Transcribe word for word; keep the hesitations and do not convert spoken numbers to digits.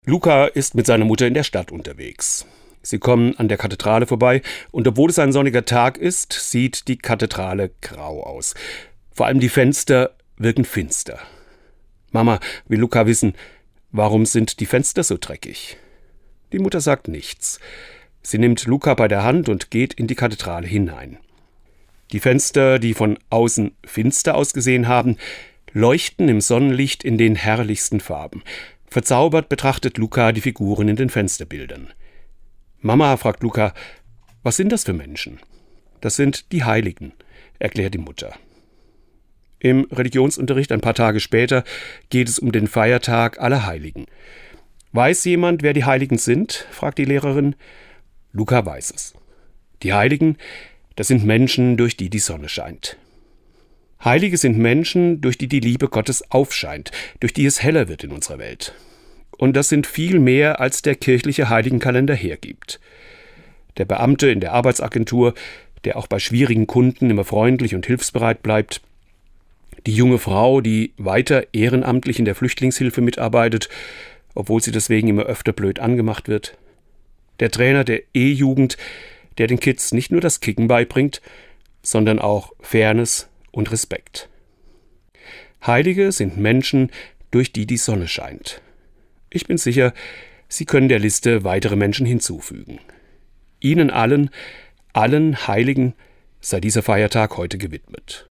Luca ist mit seiner Mutter in der Stadt unterwegs. Sie kommen an der Kathedrale vorbei und obwohl es ein sonniger Tag ist, sieht die Kathedrale grau aus. Vor allem die Fenster wirken finster. Mama will Luca wissen, warum sind die Fenster so dreckig? Die Mutter sagt nichts. Sie nimmt Luca bei der Hand und geht in die Kathedrale hinein. Die Fenster, die von außen finster ausgesehen haben, leuchten im Sonnenlicht in den herrlichsten Farben. Verzaubert betrachtet Luca die Figuren in den Fensterbildern. Mama fragt Luca, was sind das für Menschen? Das sind die Heiligen, erklärt die Mutter. Im Religionsunterricht ein paar Tage später geht es um den Feiertag aller Heiligen. Weiß jemand, wer die Heiligen sind? Fragt die Lehrerin. Luca weiß es. Die Heiligen, das sind Menschen, durch die die Sonne scheint. Heilige sind Menschen, durch die die Liebe Gottes aufscheint, durch die es heller wird in unserer Welt. Und das sind viel mehr, als der kirchliche Heiligenkalender hergibt. Der Beamte in der Arbeitsagentur, der auch bei schwierigen Kunden immer freundlich und hilfsbereit bleibt. Die junge Frau, die weiter ehrenamtlich in der Flüchtlingshilfe mitarbeitet, obwohl sie deswegen immer öfter blöd angemacht wird. Der Trainer der E-Jugend, der den Kids nicht nur das Kicken beibringt, sondern auch Fairness und Respekt. Heilige sind Menschen, durch die die Sonne scheint. Ich bin sicher, Sie können der Liste weitere Menschen hinzufügen. Ihnen allen, allen Heiligen, sei dieser Feiertag heute gewidmet.